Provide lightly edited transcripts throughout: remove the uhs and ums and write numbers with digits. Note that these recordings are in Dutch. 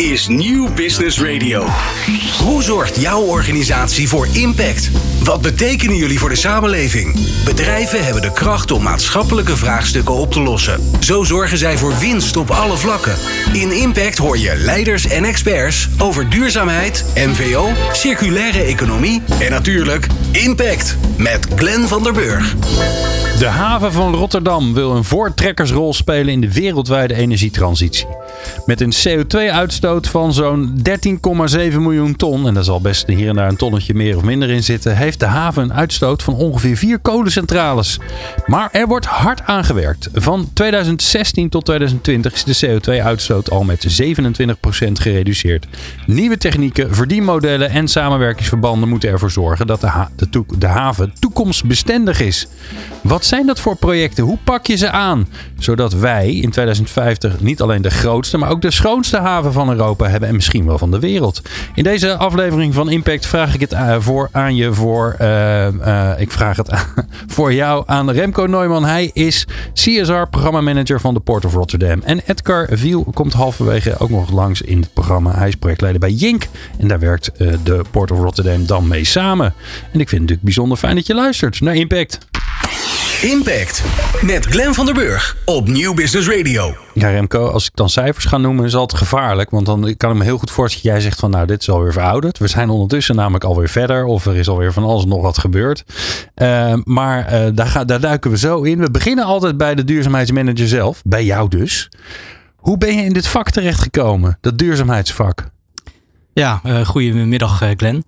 is Nieuw Business Radio. Hoe zorgt jouw organisatie voor impact? Wat betekenen jullie voor de samenleving? Bedrijven hebben de kracht om maatschappelijke vraagstukken op te lossen. Zo zorgen zij voor winst op alle vlakken. In Impact hoor je leiders en experts over duurzaamheid, MVO, circulaire economie en natuurlijk Impact met Glenn van der Burg. De haven van Rotterdam wil een voortrekkersrol spelen in de wereldwijde energietransitie. Met een CO2-uitstoot van zo'n 13,7 miljoen ton, en daar zal best hier en daar een tonnetje meer of minder in zitten, heeft de haven een uitstoot van ongeveer 4 kolencentrales. Maar er wordt hard aangewerkt. Van 2016 tot 2020 is de CO2-uitstoot al met 27% gereduceerd. Nieuwe technieken, verdienmodellen en samenwerkingsverbanden moeten ervoor zorgen dat de haven toekomstbestendig is. Wat zijn dat voor projecten? Hoe pak je ze aan? Zodat wij in 2050 niet alleen de grootste, maar ook de schoonste haven van Europa hebben en misschien wel van de wereld. In deze aflevering van Impact vraag ik het voor jou aan Remco Neumann. Hij is CSR-programmamanager van de Port of Rotterdam. En Edgar Viel komt halverwege ook nog langs in het programma. Hij is projectleider bij Jink en daar werkt de Port of Rotterdam dan mee samen. En ik vind het natuurlijk bijzonder fijn dat je luistert naar Impact. Impact met Glenn van der Burg op Nieuw Business Radio. Ja, Remco, als ik dan cijfers ga noemen is altijd gevaarlijk. Want dan kan ik me heel goed voorstellen dat jij zegt van nou, dit is alweer verouderd. We zijn ondertussen namelijk alweer verder. Of er is alweer van alles nog wat gebeurd. Maar daar duiken we zo in. We beginnen altijd bij de duurzaamheidsmanager zelf. Bij jou dus. Hoe ben je in dit vak terechtgekomen? Dat duurzaamheidsvak. Ja, goedemiddag Glenn.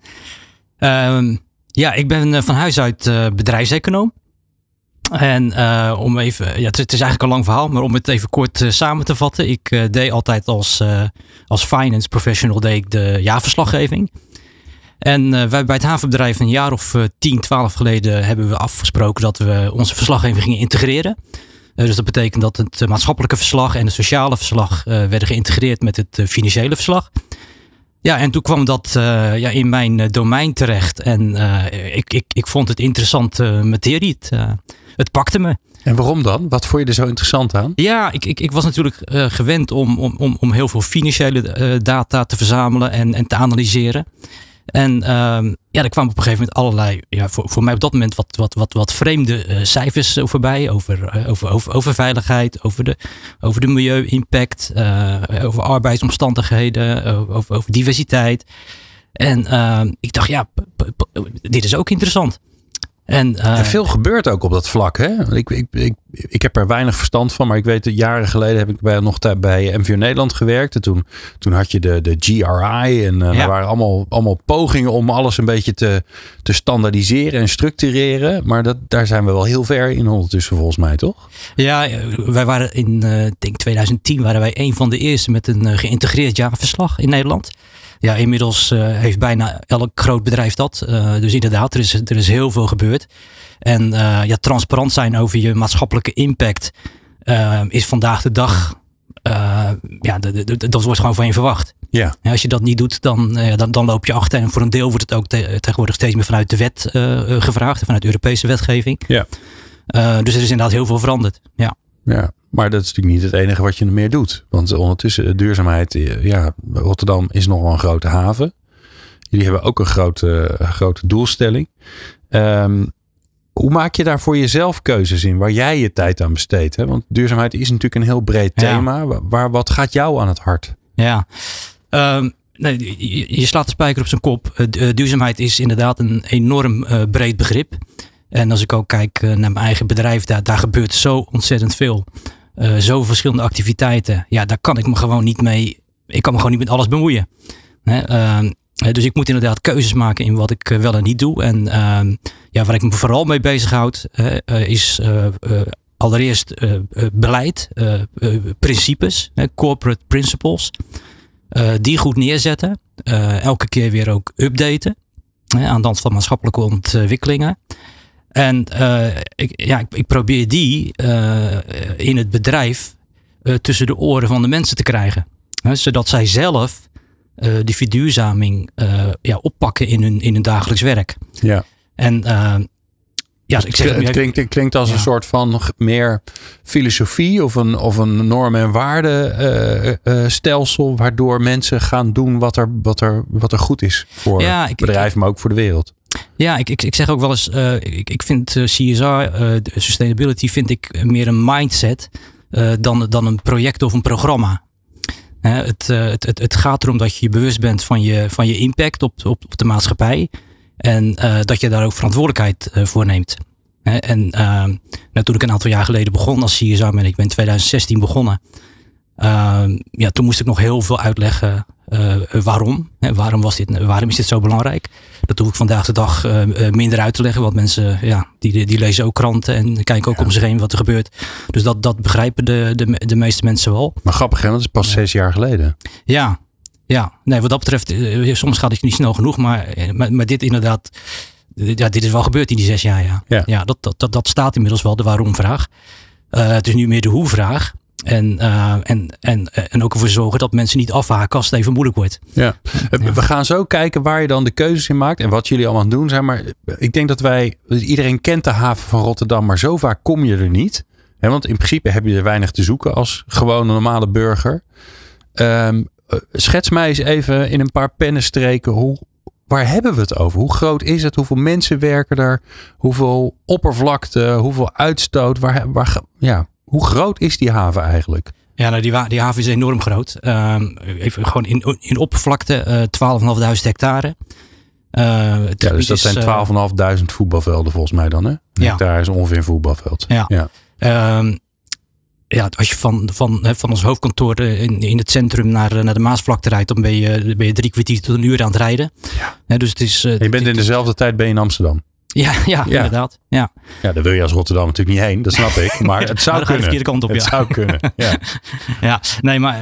Ik ben van huis uit bedrijfseconoom. En het is eigenlijk een lang verhaal, maar om het even kort samen te vatten. Ik deed altijd als finance professional de jaarverslaggeving. En wij bij het havenbedrijf een jaar of 10, 12 geleden hebben we afgesproken dat we onze verslaggeving gingen integreren. Dus dat betekent dat het maatschappelijke verslag en het sociale verslag werden geïntegreerd met het financiële verslag. Ja, en toen kwam dat in mijn domein terecht. En ik vond het interessante materie. Het pakte me. En waarom dan? Wat vond je er zo interessant aan? Ja, ik was natuurlijk gewend om heel veel financiële data te verzamelen en te analyseren. En er kwamen op een gegeven moment allerlei, voor mij op dat moment wat vreemde cijfers voorbij. Over veiligheid, over de milieu-impact, over arbeidsomstandigheden, over diversiteit. En ik dacht, dit is ook interessant. En veel gebeurt ook op dat vlak. Hè? Ik heb er weinig verstand van. Maar ik weet dat jaren geleden heb ik nog bij MVO Nederland gewerkt. En toen had je de GRI. En er waren allemaal pogingen om alles een beetje te standaardiseren en structureren. Maar daar zijn we wel heel ver in ondertussen volgens mij, toch? Ja, wij waren in 2010 waren wij een van de eerste met een geïntegreerd jaarverslag in Nederland. Ja, inmiddels heeft bijna elk groot bedrijf dat. Dus inderdaad, er is heel veel gebeurd. En transparant zijn over je maatschappelijke impact is vandaag de dag... dat wordt gewoon van je verwacht. Ja. Als je dat niet doet, dan loop je achter. En voor een deel wordt het ook tegenwoordig steeds meer vanuit de wet gevraagd. Vanuit de Europese wetgeving. Ja. Dus er is inderdaad heel veel veranderd. Ja. Ja, maar dat is natuurlijk niet het enige wat je meer doet. Want ondertussen duurzaamheid, Rotterdam is nog wel een grote haven. Jullie hebben ook een grote doelstelling. Hoe maak je daar voor jezelf keuzes in waar jij je tijd aan besteedt? Hè? Want duurzaamheid is natuurlijk een heel breed thema. Wat gaat jou aan het hart? Ja, je slaat de spijker op zijn kop. Duurzaamheid is inderdaad een enorm breed begrip. En als ik ook kijk naar mijn eigen bedrijf, daar gebeurt zo ontzettend veel. Zo verschillende activiteiten. Ja, daar kan ik me gewoon niet mee. Ik kan me gewoon niet met alles bemoeien. Dus ik moet inderdaad keuzes maken in wat ik wel en niet doe. En waar ik me vooral mee bezighoud is allereerst beleid, principes, corporate principles. Die goed neerzetten. Elke keer weer ook updaten. Aan de hand van maatschappelijke ontwikkelingen. En ik probeer die in het bedrijf tussen de oren van de mensen te krijgen. Zodat zij zelf die verduurzaming oppakken in hun dagelijks werk. Ja. En Ja, ik zeg het klinkt als een soort van meer filosofie of een norm- en waardestelsel waardoor mensen gaan doen wat er goed is voor het bedrijf, maar ook voor de wereld. Ja, ik zeg ook wel eens, ik vind CSR, sustainability, vind ik meer een mindset dan een project of een programma. Het gaat erom dat je bewust bent van je impact op de maatschappij. En dat je daar ook verantwoordelijkheid voor neemt. En toen ik een aantal jaar geleden begon als CSR manager, ik ben in 2016 begonnen. Toen moest ik nog heel veel uitleggen waarom. Waarom is dit zo belangrijk? Dat hoef ik vandaag de dag minder uit te leggen. Want mensen die lezen ook kranten en kijken ook om zich heen wat er gebeurt. Dus dat begrijpen de meeste mensen wel. Maar grappig, hè? Dat is pas 6 jaar geleden. Ja. Nee, wat dat betreft, soms gaat het niet snel genoeg. Maar dit inderdaad, dit is wel gebeurd in die 6 jaar. Ja, dat staat inmiddels wel, de waarom-vraag. Het is nu meer de hoe-vraag. En ook ervoor zorgen dat mensen niet afhaken als het even moeilijk wordt. Ja. We gaan zo kijken waar je dan de keuzes in maakt en wat jullie allemaal aan het doen zijn. Maar ik denk dat iedereen kent de haven van Rotterdam, maar zo vaak kom je er niet. Want in principe heb je er weinig te zoeken als gewone normale burger. Schets mij eens even in een paar pennenstreken. Waar hebben we het over? Hoe groot is het? Hoeveel mensen werken er? Hoeveel oppervlakte? Hoeveel uitstoot? Hoe groot is die haven eigenlijk? Ja, nou, die haven is enorm groot. Even gewoon in oppervlakte 12.500 hectare. Dus dat zijn 12.500 voetbalvelden volgens mij dan, hè? Hectare is ongeveer een voetbalveld. Als je van ons hoofdkantoor in het centrum naar de Maasvlakte rijdt, dan ben je 3 kwartier tot een uur aan het rijden. Ja. Dus het is, je bent in dezelfde tijd in Amsterdam. Ja, inderdaad. Ja, daar wil je als Rotterdam natuurlijk niet heen. Dat snap ik. Maar het zou kunnen. De verkeerde kant op, het zou kunnen. Ja. Nee, maar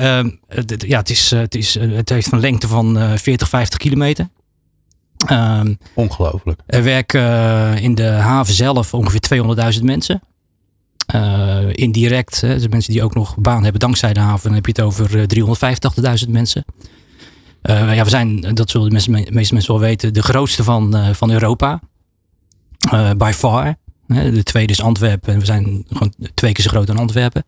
het heeft een lengte van 40, 50 kilometer. Ongelooflijk. Er werken in de haven zelf ongeveer 200.000 mensen. Indirect, dus mensen die ook nog baan hebben dankzij de haven, dan heb je het over 385.000 mensen. We zijn, dat zullen de meeste mensen wel weten, de grootste van Europa. By far. De tweede is Antwerpen en we zijn gewoon 2 keer zo groot dan Antwerpen.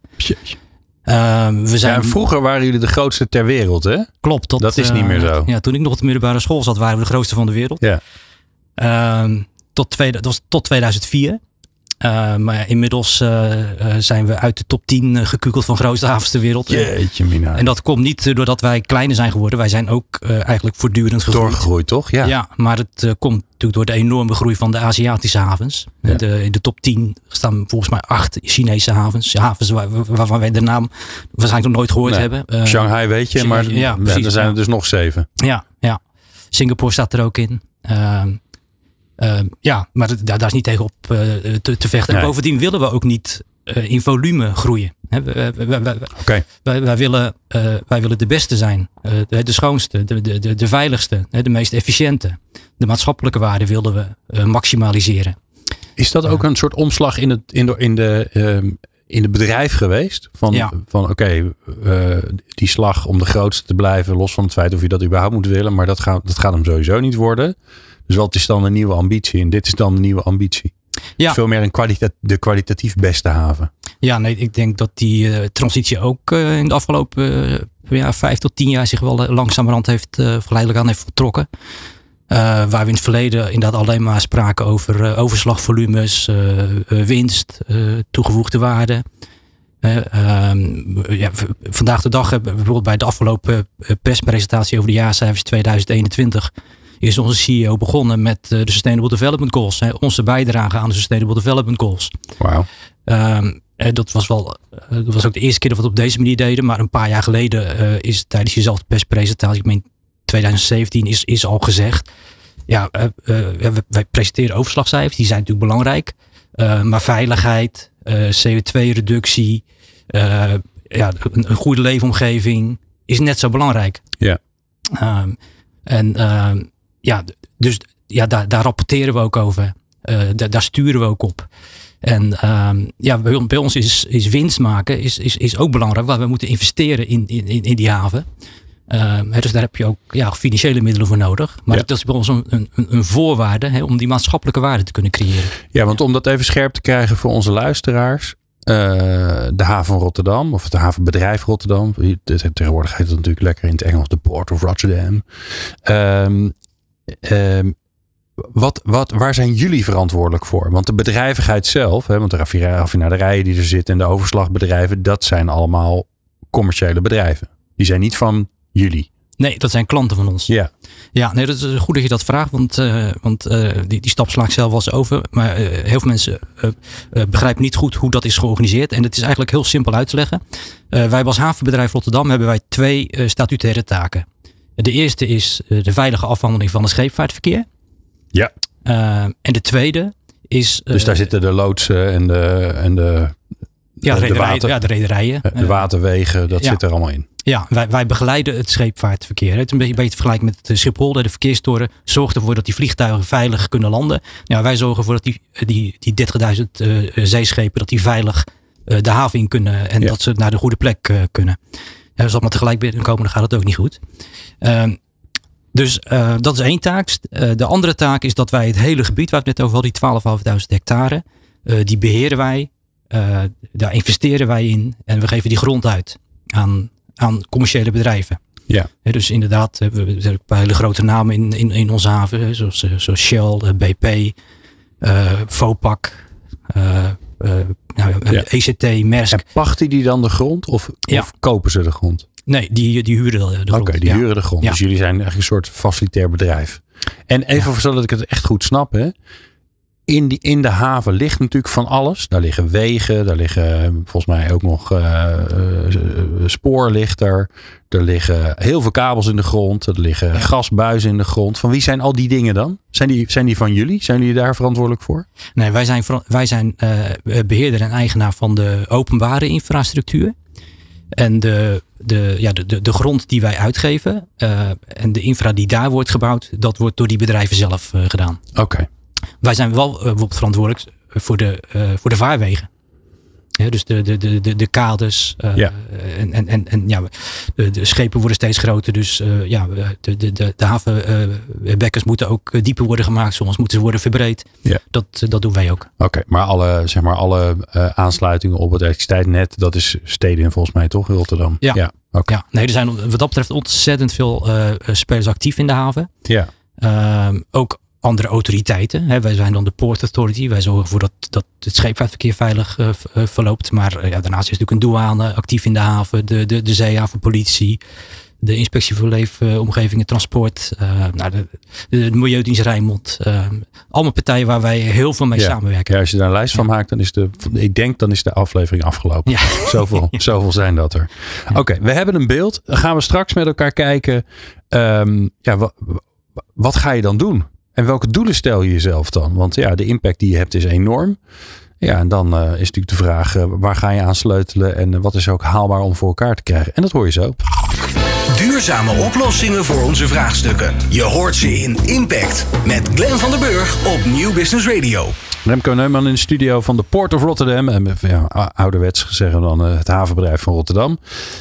Vroeger waren jullie de grootste ter wereld, hè? Klopt. Dat is niet meer zo. Ja, toen ik nog op de middelbare school zat, waren we de grootste van de wereld. Ja. Dat was tot 2004. Maar inmiddels zijn we uit de top 10 gekukeld van grootste havens ter wereld. Jeetje mina. En dat komt niet doordat wij kleiner zijn geworden. Wij zijn ook eigenlijk voortdurend gegroeid. Doorgegroeid, toch? Ja, maar het komt natuurlijk door de enorme groei van de Aziatische havens. Ja. In de top 10 staan volgens mij 8 Chinese havens. Havens waarvan wij de naam waarschijnlijk nog nooit gehoord hebben. Shanghai weet je, maar er zijn er dus nog 7. Ja. Singapore staat er ook in. Maar daar is niet tegenop te vechten. Nee. En bovendien willen we ook niet in volume groeien. Wij willen de beste zijn. De schoonste, de veiligste, de meest efficiënte. De maatschappelijke waarde willen we maximaliseren. Is dat ook een soort omslag in het bedrijf geweest? Die slag om de grootste te blijven, los van het feit of je dat überhaupt moet willen. Maar dat gaat hem sowieso niet worden. Dus wat is dan een nieuwe ambitie? En dit is dan de nieuwe ambitie. Ja. Veel meer de kwalitatief beste haven. Ja, nee, ik denk dat die transitie ook in de afgelopen 5 tot 10 jaar zich wel langzamerhand geleidelijk aan heeft voltrokken. Waar we in het verleden inderdaad alleen maar spraken over overslagvolumes, winst, toegevoegde waarde. Vandaag de dag hebben we bijvoorbeeld bij de afgelopen perspresentatie over de jaarcijfers 2021... is onze CEO begonnen met de Sustainable Development Goals. Onze bijdrage aan de Sustainable Development Goals. Wauw. Dat was ook de eerste keer dat we het op deze manier deden. Maar een paar jaar geleden is tijdens diezelfde perspresentatie, ik meen 2017, is al gezegd. Wij presenteren overslagcijfers. Die zijn natuurlijk belangrijk. Maar veiligheid, CO2-reductie, een goede leefomgeving is net zo belangrijk. Ja. Dus daar rapporteren we ook over. Daar sturen we ook op. En bij ons is winst maken is ook belangrijk. Want we moeten investeren in die haven. Dus daar heb je ook financiële middelen voor nodig. Maar dat is bij ons een voorwaarde om die maatschappelijke waarde te kunnen creëren. Ja, want om dat even scherp te krijgen voor onze luisteraars. De haven van Rotterdam of het havenbedrijf Rotterdam. Tegenwoordig heet het natuurlijk lekker in het Engels de Port of Rotterdam. Waar zijn jullie verantwoordelijk voor? Want de bedrijvigheid zelf, want de raffinaderijen die er zitten en de overslagbedrijven, dat zijn allemaal commerciële bedrijven. Die zijn niet van jullie. Nee, dat zijn klanten van ons. Ja. Ja, nee, dat is goed dat je dat vraagt, want die stap sla ik zelf wel eens over. Maar heel veel mensen begrijpen niet goed hoe dat is georganiseerd. En het is eigenlijk heel simpel uit te leggen. Wij als havenbedrijf Rotterdam hebben 2 statutaire taken. De eerste is de veilige afhandeling van het scheepvaartverkeer. Ja. En de tweede is... Dus daar zitten de loodsen en de rederijen. De waterwegen, dat zit er allemaal in. Ja, wij begeleiden het scheepvaartverkeer. Het is een beetje te vergelijken met Schiphol. De verkeerstoren zorgt ervoor dat die vliegtuigen veilig kunnen landen. Ja, wij zorgen ervoor dat die 30.000 zeeschepen dat die veilig de haven in kunnen. En dat ze naar de goede plek kunnen. Als dat maar tegelijk binnenkomen, dan gaat het ook niet goed. Dus dat is 1 taak. De andere taak is dat wij het hele gebied waar we het net over hadden, die 12.500 hectare, die beheren wij. Daar investeren wij in. En we geven die grond uit aan commerciële bedrijven. Ja. Dus inderdaad hebben we een paar hele grote namen in onze haven. Zoals Shell, BP, Vopak, ECT, Maersk. En pachten die dan de grond of kopen ze de grond? Nee, die huren de grond. Oké, die huren de grond. Ja. Dus jullie zijn eigenlijk een soort facilitair bedrijf. En even zodat ik het echt goed snap. Hè. In de haven ligt natuurlijk van alles. Daar liggen wegen. Daar liggen volgens mij ook nog spoor ligt er. Er liggen heel veel kabels in de grond. Er liggen gasbuizen in de grond. Van wie zijn al die dingen dan? Zijn die van jullie? Zijn jullie daar verantwoordelijk voor? Nee, wij zijn beheerder en eigenaar van de openbare infrastructuur. En de grond die wij uitgeven en de infra die daar wordt gebouwd, dat wordt door die bedrijven zelf gedaan. Oké. Wij zijn wel bijvoorbeeld verantwoordelijk voor de vaarwegen. Ja, dus de kades. De schepen worden steeds groter. Dus de havenbekkens moeten ook dieper worden gemaakt. Soms moeten ze worden verbreed. Ja. Dat doen wij ook. Oké, maar alle aansluitingen op het elektriciteitsnet, dat is steden volgens mij toch in Rotterdam? Ja. Okay. Ja. Nee, er zijn wat dat betreft ontzettend veel spelers actief in de haven. Ja. Ook andere autoriteiten. Wij zijn dan de Port Authority. Wij zorgen ervoor dat het scheepvaartverkeer veilig verloopt. Maar daarnaast is natuurlijk een douane actief in de haven. De zeehavenpolitie. De inspectie voor leefomgeving en transport. De Milieudienst Rijnmond. Allemaal partijen waar wij heel veel mee samenwerken. Ja, als je daar een lijst van maakt, dan is de aflevering afgelopen. Ja. Zoveel zijn dat er. Ja. Oké, we hebben een beeld. Dan gaan we straks met elkaar kijken. Wat ga je dan doen? En welke doelen stel je jezelf dan? Want de impact die je hebt is enorm. Ja, en dan is natuurlijk de vraag, waar ga je aan sleutelen? En wat is ook haalbaar om voor elkaar te krijgen? En dat hoor je zo. Duurzame oplossingen voor onze vraagstukken. Je hoort ze in Impact met Glenn van der Burg op Nieuw Business Radio. Remco Neumann in de studio van de Port of Rotterdam. En ouderwets zeggen we dan het havenbedrijf van Rotterdam.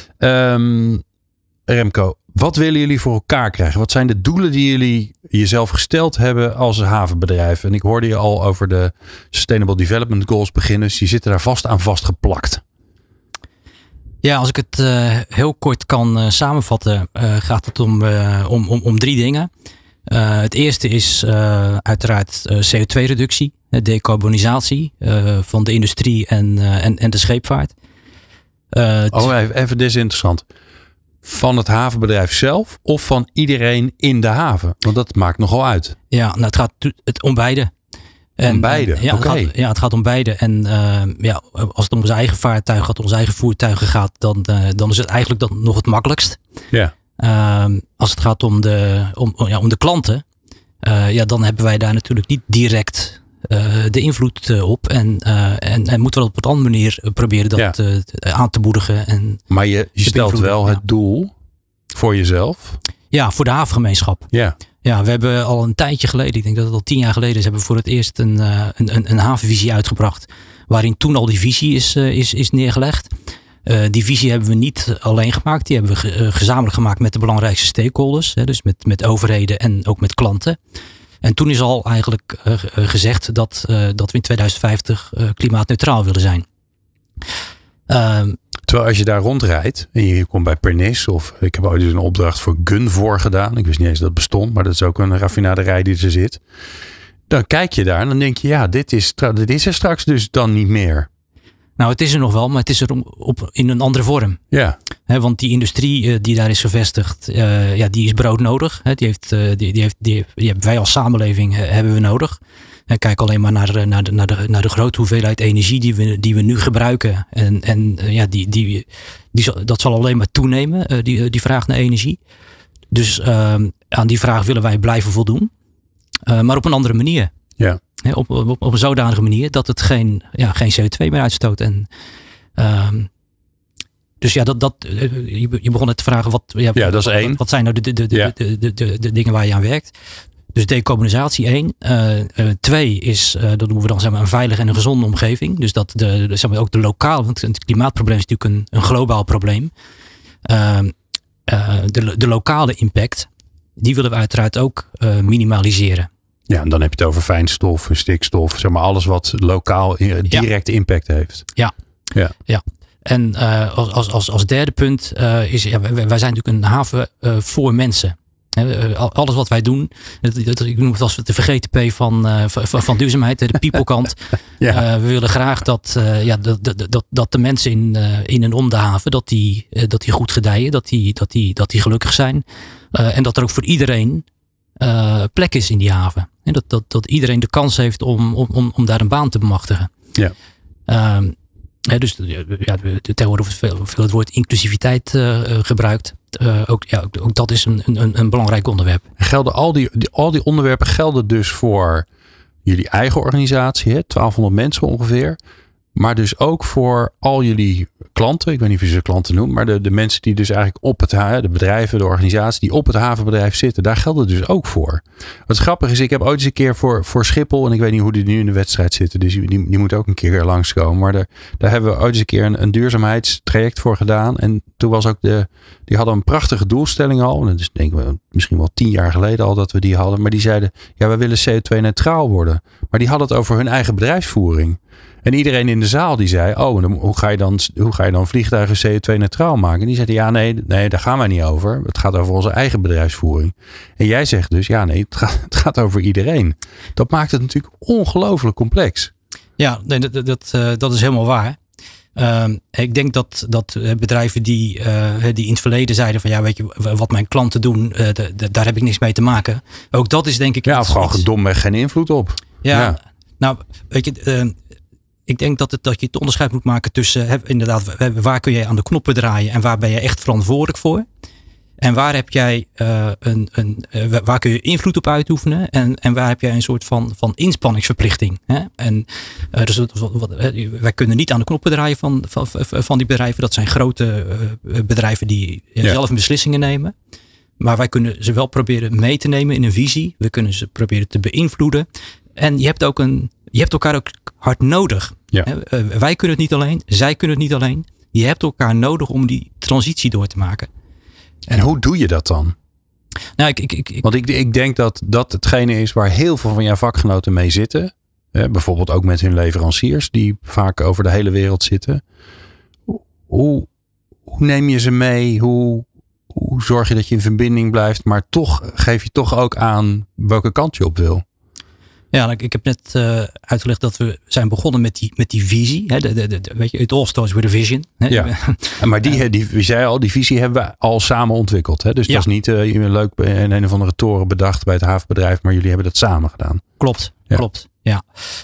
Remco, wat willen jullie voor elkaar krijgen? Wat zijn de doelen die jullie jezelf gesteld hebben als havenbedrijf? En ik hoorde je al over de Sustainable Development Goals beginnen. Dus die zitten daar vast aan vastgeplakt. Ja, als ik het heel kort kan samenvatten, gaat het om 3 dingen. Het eerste is uiteraard CO2-reductie, decarbonisatie van de industrie en de scheepvaart. Even, dit is interessant. Van het havenbedrijf zelf of van iedereen in de haven? Want dat maakt nogal uit. Ja, nou, het gaat om beide. Om beide? Oké. Het gaat om beide. En als het om onze eigen vaartuigen gaat, onze eigen voertuigen gaat, dan is het eigenlijk dan nog het makkelijkst. Ja. Als het gaat om de klanten, dan hebben wij daar natuurlijk niet direct de invloed op. En moeten we op een andere manier proberen dat aan te moedigen. Maar je stelt wel het doel voor jezelf? Ja, voor de havengemeenschap. Ja. Ja, we hebben al een tijdje geleden, ik denk dat het al 10 jaar geleden is, hebben we voor het eerst een havenvisie uitgebracht. Waarin toen al die visie is neergelegd. Die visie hebben we niet alleen gemaakt. Die hebben we gezamenlijk gemaakt met de belangrijkste stakeholders. Dus met overheden en ook met klanten. En toen is al eigenlijk gezegd dat we in 2050 klimaatneutraal willen zijn. Terwijl als je daar rondrijdt en je komt bij Pernis, of ik heb ooit eens een opdracht voor Gunvor gedaan. Ik wist niet eens dat het bestond, maar dat is ook een raffinaderij die er zit. Dan kijk je daar en dan denk je, ja, dit is er straks dus dan niet meer. Nou, het is er nog wel, maar het is er in een andere vorm. Ja. Want die industrie die daar is gevestigd, die is broodnodig. Die hebben wij als samenleving hebben we nodig. En kijk alleen maar naar de grote hoeveelheid energie die we nu gebruiken. Dat zal alleen maar toenemen, die vraag naar energie. Dus aan die vraag willen wij blijven voldoen. Maar op een andere manier. Ja. Op een zodanige manier dat het geen CO2 meer uitstoot. En, dus ja, je begon net te vragen. Dat is één. Wat zijn nou de dingen waar je aan werkt? Dus decarbonisatie 1. 2 is, dat noemen we dan zeg maar, een veilige en een gezonde omgeving. Dus dat zeg maar, ook de lokale, want het klimaatprobleem is natuurlijk een globaal probleem. De lokale impact, die willen we uiteraard ook minimaliseren. Ja, en dan heb je het over fijnstof, stikstof, zeg maar alles wat lokaal directe impact heeft. Ja. En als derde punt is, wij zijn natuurlijk een haven voor mensen. Alles wat wij doen, ik noem het als de vergeten P van duurzaamheid, de people-kant. We willen graag dat de mensen in en om de haven, dat die goed gedijen, dat die gelukkig zijn. En dat er ook voor iedereen plek is in die haven. En dat iedereen de kans heeft om daar een baan te bemachtigen. Ja. Dus tegenwoordig wordt veel het woord inclusiviteit gebruikt. Ook dat is een belangrijk onderwerp. Gelden al die onderwerpen gelden dus voor jullie eigen organisatie, 1200 mensen ongeveer. Maar dus ook voor al jullie klanten. Ik weet niet of je ze klanten noemt. Maar de mensen die dus eigenlijk de bedrijven, de organisaties die op het havenbedrijf zitten. Daar geldt het dus ook voor. Wat grappig is, ik heb ooit eens een keer voor Schiphol. En ik weet niet hoe die nu in de wedstrijd zitten. Dus die moet ook een keer langskomen. Maar daar hebben we ooit eens een keer een duurzaamheidstraject voor gedaan. En toen was ook die hadden een prachtige doelstelling al. En dat is denk ik misschien wel 10 jaar geleden al dat we die hadden. Maar die zeiden, ja, we willen CO2-neutraal worden. Maar die hadden het over hun eigen bedrijfsvoering. En iedereen in de zaal die zei, hoe ga je dan vliegtuigen CO2-neutraal maken? En die zeiden, ja, nee, daar gaan wij niet over. Het gaat over onze eigen bedrijfsvoering. En jij zegt dus, ja, nee, het gaat over iedereen. Dat maakt het natuurlijk ongelooflijk complex. Ja, nee, dat is helemaal waar. Ik denk dat bedrijven die in het verleden zeiden van, ja, weet je, wat mijn klanten doen, daar heb ik niks mee te maken. Ook dat is denk ik... Ja, of gewoon domweg geen invloed op. Ja. Nou, weet je... Ik denk dat je het onderscheid moet maken tussen inderdaad, waar kun je aan de knoppen draaien en waar ben je echt verantwoordelijk voor. En waar heb jij waar kun je invloed op uitoefenen en waar heb jij een soort van inspanningsverplichting. Hè? En dus wij kunnen niet aan de knoppen draaien van die bedrijven. Dat zijn grote bedrijven die zelf beslissingen nemen. Maar wij kunnen ze wel proberen mee te nemen in een visie. We kunnen ze proberen te beïnvloeden. En je hebt elkaar ook hard nodig. Ja. Wij kunnen het niet alleen. Zij kunnen het niet alleen. Je hebt elkaar nodig om die transitie door te maken. En hoe doe je dat dan? Nou, Want ik denk dat hetgene is waar heel veel van jouw vakgenoten mee zitten. Bijvoorbeeld ook met hun leveranciers die vaak over de hele wereld zitten. Hoe neem je ze mee? Hoe zorg je dat je in verbinding blijft? Maar toch geef je toch ook aan welke kant je op wil. Ja, ik heb net uitgelegd dat we zijn begonnen met die visie. Hè, weet je, it all starts with a vision. Hè. Ja. Maar wie zei al, die visie hebben we al samen ontwikkeld. Hè? Dus dat is niet leuk in een of andere toren bedacht bij het havenbedrijf. Maar jullie hebben dat samen gedaan. Klopt. Ja.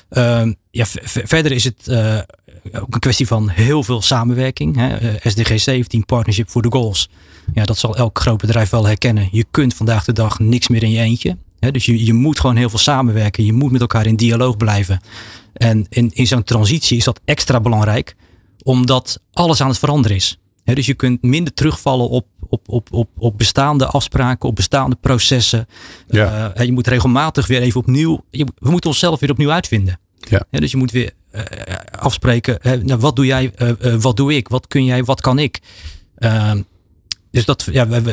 Verder is het ook een kwestie van heel veel samenwerking. Hè. SDG 17, Partnership for the Goals. Ja, dat zal elk groot bedrijf wel herkennen. Je kunt vandaag de dag niks meer in je eentje. Dus je moet gewoon heel veel samenwerken. Je moet met elkaar in dialoog blijven. En in zo'n transitie is dat extra belangrijk. Omdat alles aan het veranderen is. Dus je kunt minder terugvallen op bestaande afspraken. Op bestaande processen. Ja. Je moet regelmatig weer even opnieuw. We moeten onszelf weer opnieuw uitvinden. Ja. Dus je moet weer afspreken. Wat doe jij? Wat doe ik? Wat kun jij? Wat kan ik? Dus dat,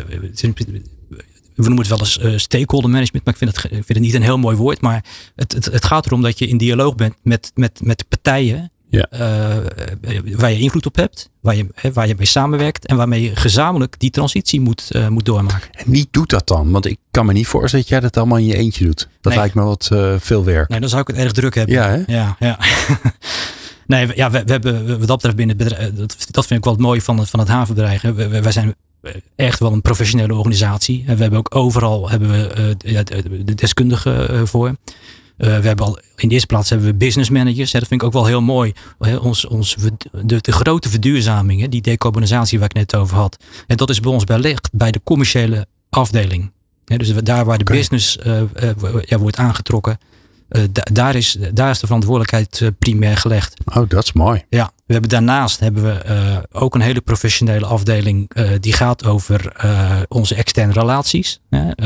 we noemen het wel eens stakeholder management, maar ik vind het niet een heel mooi woord. Maar het gaat erom dat je in dialoog bent met partijen waar je invloed op hebt, waar je mee samenwerkt en waarmee je gezamenlijk die transitie moet doormaken. En wie doet dat dan? Want ik kan me niet voorstellen dat jij dat allemaal in je eentje doet. Dat lijkt me wat veel werk. Nee, dan zou ik het erg druk hebben. Ja, hè? Ja. Nee, we hebben wat dat betreft binnen het bedrijf, dat vind ik wel het mooie van het havenbedrijf. Wij zijn echt wel een professionele organisatie. We hebben ook overal de deskundigen voor. We hebben al in de eerste plaats hebben we business managers. Dat vind ik ook wel heel mooi. De grote verduurzaming, die decarbonisatie waar ik net over had. En dat is bij ons belegd bij de commerciële afdeling. Dus daar waar de business wordt aangetrokken. Daar is de verantwoordelijkheid primair gelegd. Oh, dat is mooi. Ja, daarnaast hebben we ook een hele professionele afdeling die gaat over onze externe relaties.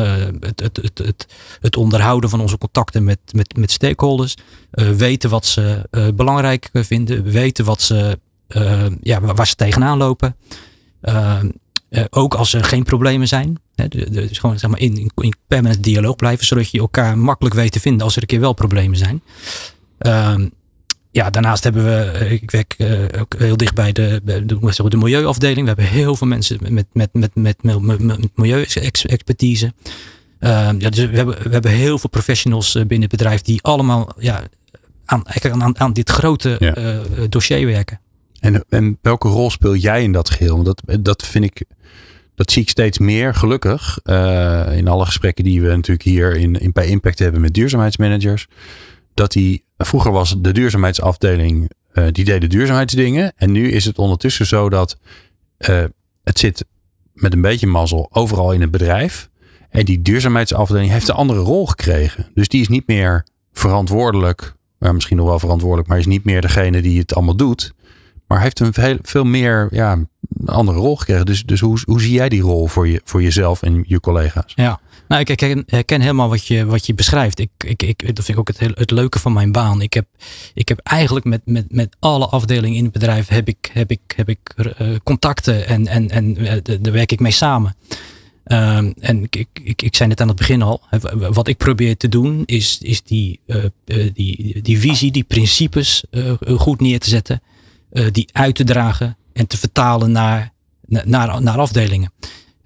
Het onderhouden van onze contacten met stakeholders. Weten wat ze belangrijk vinden. Weten waar ze tegenaan lopen. Ook als er geen problemen zijn. Dus gewoon zeg maar in permanent dialoog blijven. Zodat je elkaar makkelijk weet te vinden als er een keer wel problemen zijn. Daarnaast hebben we, ik werk ook heel dicht bij de milieuafdeling. We hebben heel veel mensen met milieu-expertise. Dus we hebben heel veel professionals binnen het bedrijf die allemaal aan dit grote dossier werken. En welke rol speel jij in dat geheel? Dat vind ik, dat zie ik steeds meer, gelukkig. In alle gesprekken die we natuurlijk hier bij Impact hebben met duurzaamheidsmanagers. Vroeger was de duurzaamheidsafdeling, die deed de duurzaamheidsdingen. En nu is het ondertussen zo dat het zit met een beetje mazzel overal in het bedrijf. En die duurzaamheidsafdeling heeft een andere rol gekregen. Dus die is niet meer verantwoordelijk. Misschien nog wel verantwoordelijk, maar is niet meer degene die het allemaal doet. Maar heeft een veel meer een andere rol gekregen. Dus hoe zie jij die rol voor jezelf en je collega's? Ja, nou, ik herken helemaal wat je beschrijft. Dat vind ik ook het leuke van mijn baan. Ik heb eigenlijk met alle afdelingen in het bedrijf heb ik contacten en daar werk ik mee samen. En ik zei net aan het begin al. Wat ik probeer te doen is die visie, die principes goed neer te zetten. Die uit te dragen en te vertalen naar afdelingen.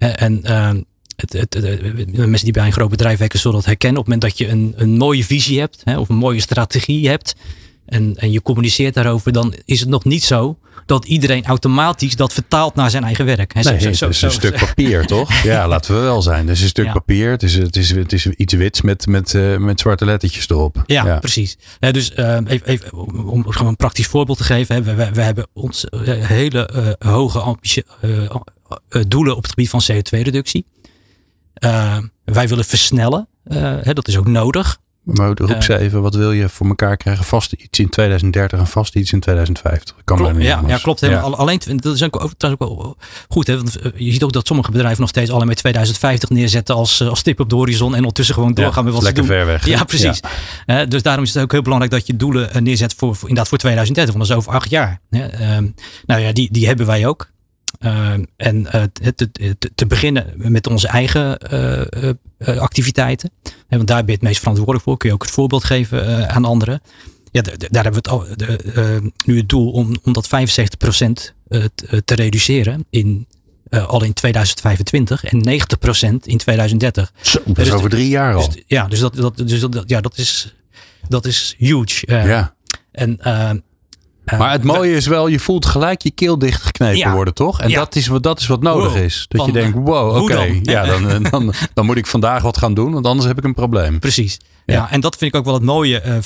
Mensen die bij een groot bedrijf werken zullen dat herkennen. Op het moment dat je een mooie visie hebt of een mooie strategie hebt en je communiceert daarover, dan is het nog niet zo dat iedereen automatisch dat vertaalt naar zijn eigen werk. Nee, het is een stuk papier, toch? Ja, laten we wel zijn. Het is een stuk papier. Het is iets wits met zwarte lettertjes erop. Ja, precies. Dus even om gewoon een praktisch voorbeeld te geven. We hebben ons hele hoge doelen op het gebied van CO2-reductie. Wij willen versnellen. Dat is ook nodig. Maar roep ze even, wat wil je voor elkaar krijgen? Vast iets in 2030 en vast iets in 2050. Klopt. Alleen, dat is ook wel goed. Hè? Want je ziet ook dat sommige bedrijven nog steeds alleen met 2050 neerzetten als stip op de horizon. En ondertussen gewoon doorgaan met wat ze doen. Lekker ver weg. Ja, precies. Ja. Dus daarom is het ook heel belangrijk dat je doelen neerzet voor 2030. Want dat is over 8 jaar. Die hebben wij ook. Te beginnen met onze eigen activiteiten. Want daar ben je het meest verantwoordelijk voor. Kun je ook het voorbeeld geven aan anderen. Ja, daar hebben we nu het doel om dat 75% te reduceren al in 2025 en 90% in 2030. Zo, dat is over 3 jaar al. Dat is huge. Maar het mooie is wel, je voelt gelijk je keel dichtgeknepen worden, toch? En dat is wat nodig is. Dat je denkt, oké. Ja, dan moet ik vandaag wat gaan doen, want anders heb ik een probleem. Precies. Ja, en dat vind ik ook wel het mooie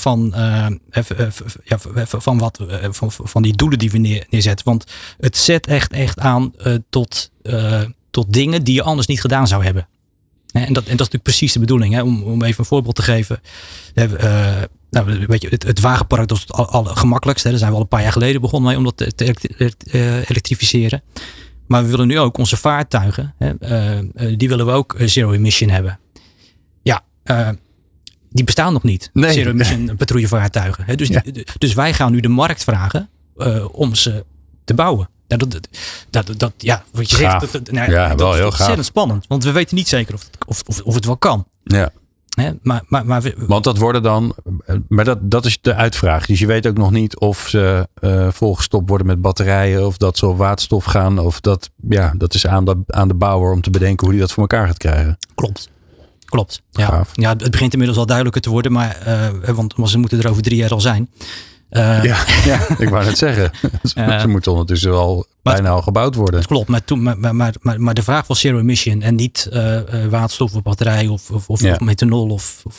van die doelen die we neerzetten. Want het zet echt aan tot dingen die je anders niet gedaan zou hebben. En dat is natuurlijk precies de bedoeling. Hè? Om even een voorbeeld te geven. Weet je, het wagenpark dat is het gemakkelijkst. Daar zijn we al een paar jaar geleden begonnen mee om dat te elektrificeren. Maar we willen nu ook onze vaartuigen. Die willen we ook zero emission hebben. Ja, die bestaan nog niet. Nee. Zero emission patrouillevaartuigen. Hè? Dus wij gaan nu de markt vragen om ze te bouwen. Wat je zegt, dat is ontzettend spannend. Want we weten niet zeker of het wel kan. Ja. Hè? Want dat worden dan... Maar dat is de uitvraag. Dus je weet ook nog niet of ze volgestopt worden met batterijen. Of dat ze op waterstof gaan. Of dat is aan de bouwer om te bedenken hoe hij dat voor elkaar gaat krijgen. Klopt. Ja, het begint inmiddels al duidelijker te worden. Want ze moeten er over 3 jaar al zijn. Ik wou net zeggen. Ze moeten ondertussen al bijna al gebouwd worden. Het klopt, maar de vraag was zero emission en niet waterstof of batterij of methanol.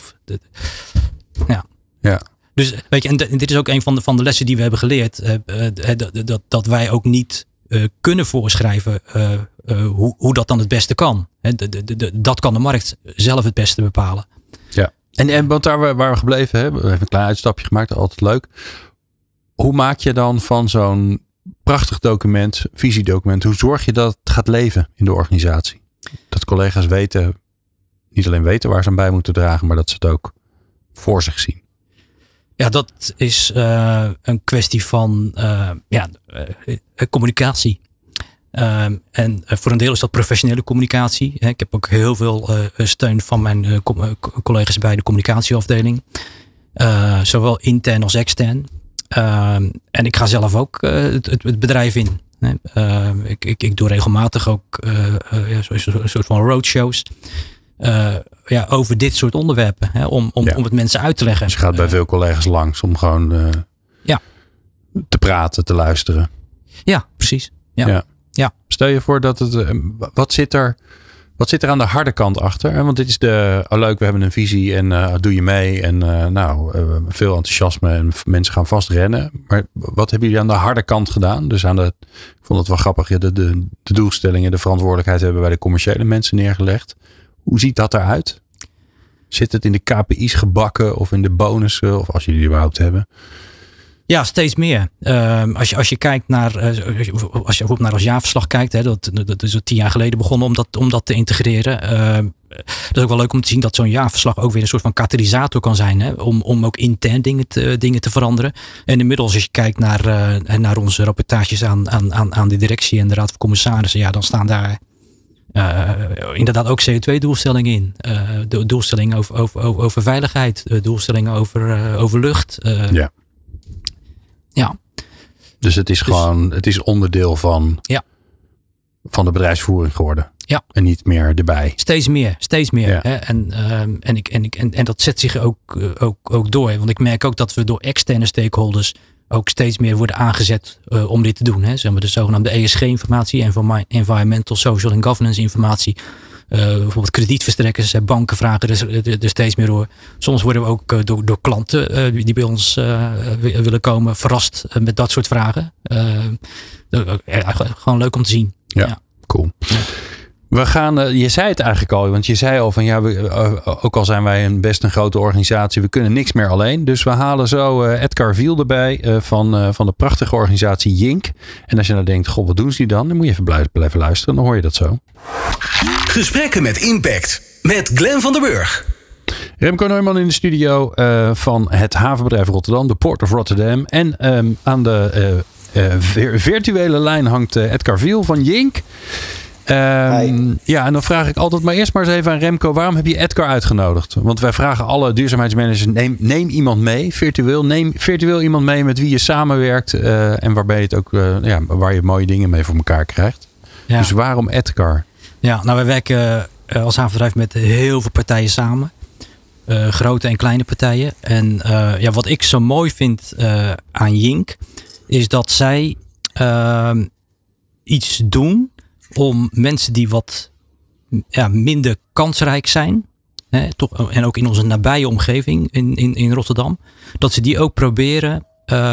Dus weet je, en dit is ook een van de lessen die we hebben geleerd. Dat wij ook niet kunnen voorschrijven hoe dat dan het beste kan. Dat kan de markt zelf het beste bepalen. Ja. En want daar waar we gebleven hebben, we hebben een klein uitstapje gemaakt, altijd leuk. Hoe maak je dan van zo'n prachtig document, visiedocument, hoe zorg je dat het gaat leven in de organisatie? Dat collega's niet alleen weten waar ze aan bij moeten dragen, maar dat ze het ook voor zich zien. Ja, dat is een kwestie van communicatie. En voor een deel is dat professionele communicatie. Ik heb ook heel veel steun van mijn collega's bij de communicatieafdeling. Zowel intern als extern. En ik ga zelf ook het bedrijf in. Ik doe regelmatig ook een soort van roadshows. Over dit soort onderwerpen. Om het mensen uit te leggen. Dus je gaat bij veel collega's langs om gewoon te praten, te luisteren. Ja, precies. Ja. Stel je voor dat het... Wat zit er aan de harde kant achter? Want dit is leuk, we hebben een visie en doe je mee. En veel enthousiasme en mensen gaan vast rennen. Maar wat hebben jullie aan de harde kant gedaan? Dus ik vond het wel grappig. De doelstellingen, de verantwoordelijkheid hebben bij de commerciële mensen neergelegd. Hoe ziet dat eruit? Zit het in de KPI's gebakken of in de bonussen? Of als jullie die überhaupt hebben? Ja, steeds meer. Als je kijkt naar, als je naar ons jaarverslag kijkt, dat is 10 jaar geleden begonnen om dat te integreren. Dat is ook wel leuk om te zien dat zo'n jaarverslag ook weer een soort van katalysator kan zijn, om ook intern dingen te veranderen. En inmiddels als je kijkt naar onze rapportages aan de directie en de raad van commissarissen, dan staan daar inderdaad ook CO2-doelstellingen in. Doelstellingen over veiligheid, doelstellingen over lucht. Ja. Dus het is gewoon, het is onderdeel van de bedrijfsvoering geworden. Ja. En niet meer erbij. Steeds meer. Ja. Hè? En dat zet zich ook door. Want ik merk ook dat we door externe stakeholders ook steeds meer worden aangezet om dit te doen. Hè? Zeg maar de zogenaamde ESG-informatie, Environmental, Social en Governance informatie. Bijvoorbeeld kredietverstrekkers, banken vragen er steeds meer door. Soms worden we ook door klanten die bij ons willen komen verrast met dat soort vragen. Gewoon leuk om te zien. Ja. Cool. Ja. We gaan, je zei het eigenlijk al, want je zei al van ook al zijn wij best een grote organisatie, we kunnen niks meer alleen. Dus we halen zo Edgar Viel erbij van de prachtige organisatie Jink. En als je nou denkt, god, wat doen ze die dan? Dan moet je even blijven luisteren, dan hoor je dat zo. Gesprekken met impact met Glenn van der Burg. Remco Neumann in de studio van het havenbedrijf Rotterdam, de Port of Rotterdam. En aan de virtuele lijn hangt Edgar Viel van Jink. En dan vraag ik altijd maar eerst maar eens even aan Remco. Waarom heb je Edgar uitgenodigd? Want wij vragen alle duurzaamheidsmanagers, neem iemand mee, virtueel. Neem virtueel iemand mee met wie je samenwerkt. En waarbij je het ook, waar je mooie dingen mee voor elkaar krijgt. Ja. Dus waarom Edgar? Ja, nou wij werken als havenbedrijf met heel veel partijen samen. Grote en kleine partijen. En wat ik zo mooi vind aan Jink is dat zij iets doen om mensen die wat minder kansrijk zijn, en ook in onze nabije omgeving in Rotterdam, dat ze die ook proberen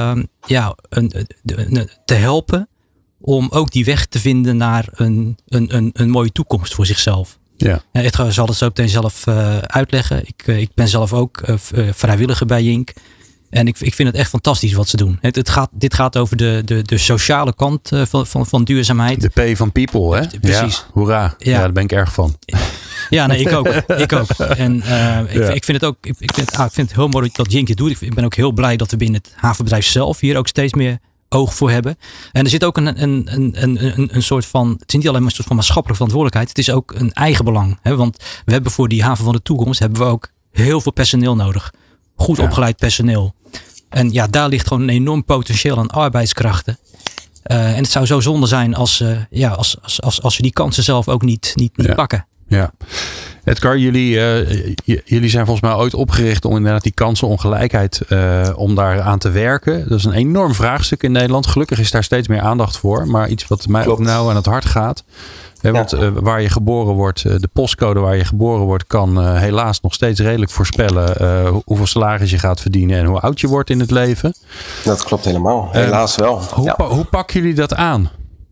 te helpen om ook die weg te vinden naar een mooie toekomst voor zichzelf. Ja. Edgar zal het zo meteen zelf uitleggen. Ik ben zelf ook vrijwilliger bij Jink. En ik vind het echt fantastisch wat ze doen. Dit gaat over de sociale kant van duurzaamheid. De P van people, hè? Precies. Ja, hoera. Ja, daar ben ik erg van. Ja, nee, ik ook. En ik vind het ook. Ik vind het heel mooi dat Jink het doet. Ik ben ook heel blij dat we binnen het havenbedrijf zelf hier ook steeds meer oog voor hebben. En er zit ook een soort van. Het is niet alleen maar een soort van maatschappelijke verantwoordelijkheid. Het is ook een eigen belang. Hè? Want we hebben voor die haven van de toekomst hebben we ook heel veel personeel nodig. Goed opgeleid personeel. En ja, daar ligt gewoon een enorm potentieel aan arbeidskrachten. En het zou zo zonde zijn als we die kansen zelf ook niet pakken. Ja. Edgar, jullie zijn volgens mij ooit opgericht om inderdaad die kansenongelijkheid om daar aan te werken. Dat is een enorm vraagstuk in Nederland. Gelukkig is daar steeds meer aandacht voor. Maar iets wat mij ook nauw aan het hart gaat. Want waar je geboren wordt, de postcode waar je geboren wordt, kan helaas nog steeds redelijk voorspellen hoeveel salaris je gaat verdienen en hoe oud je wordt in het leven. Dat klopt helemaal. Helaas wel. Hoe pakken jullie dat aan?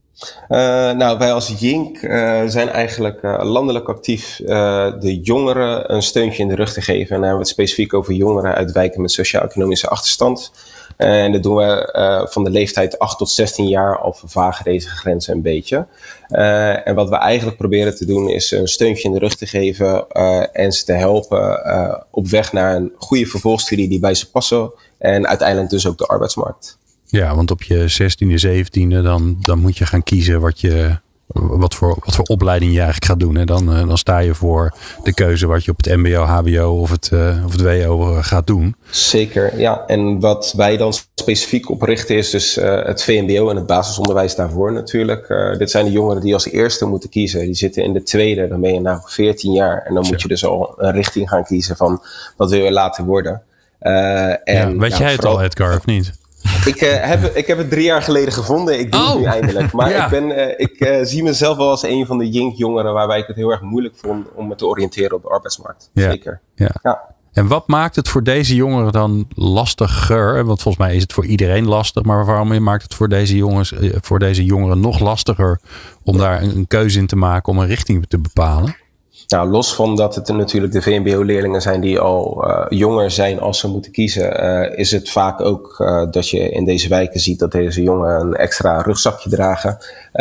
Wij als Jink zijn eigenlijk landelijk actief de jongeren een steuntje in de rug te geven. En dan hebben we het specifiek over jongeren uit wijken met sociaal-economische achterstand. En dat doen we van de leeftijd 8 tot 16 jaar al vervagen deze grenzen een beetje. En wat we eigenlijk proberen te doen is een steuntje in de rug te geven en ze te helpen op weg naar een goede vervolgstudie die bij ze passen. En uiteindelijk dus ook de arbeidsmarkt. Ja, want op je 16e, 17e dan moet je gaan kiezen wat voor opleiding je eigenlijk gaat doen. Hè? Dan sta je voor de keuze wat je op het mbo, hbo of het wo gaat doen. Zeker, ja. En wat wij dan specifiek op richten is dus het VMBO en het basisonderwijs daarvoor natuurlijk. Dit zijn de jongeren die als eerste moeten kiezen. Die zitten in de tweede, dan ben je nou 14 jaar. En dan moet je dus al een richting gaan kiezen van wat wil je later worden. Weet jij het al, Edgar, of niet? Ik heb het 3 jaar geleden gevonden. Ik doe het nu eindelijk. Maar ik zie mezelf wel als een van de Jink-jongeren waarbij ik het heel erg moeilijk vond om me te oriënteren op de arbeidsmarkt. Ja. Zeker. Ja. En wat maakt het voor deze jongeren dan lastiger? Want volgens mij is het voor iedereen lastig. Maar waarom maakt het voor deze jongeren nog lastiger om daar een keuze in te maken, om een richting te bepalen? Nou, los van dat het natuurlijk de VMBO-leerlingen zijn die al jonger zijn als ze moeten kiezen, is het vaak ook dat je in deze wijken ziet dat deze jongeren een extra rugzakje dragen.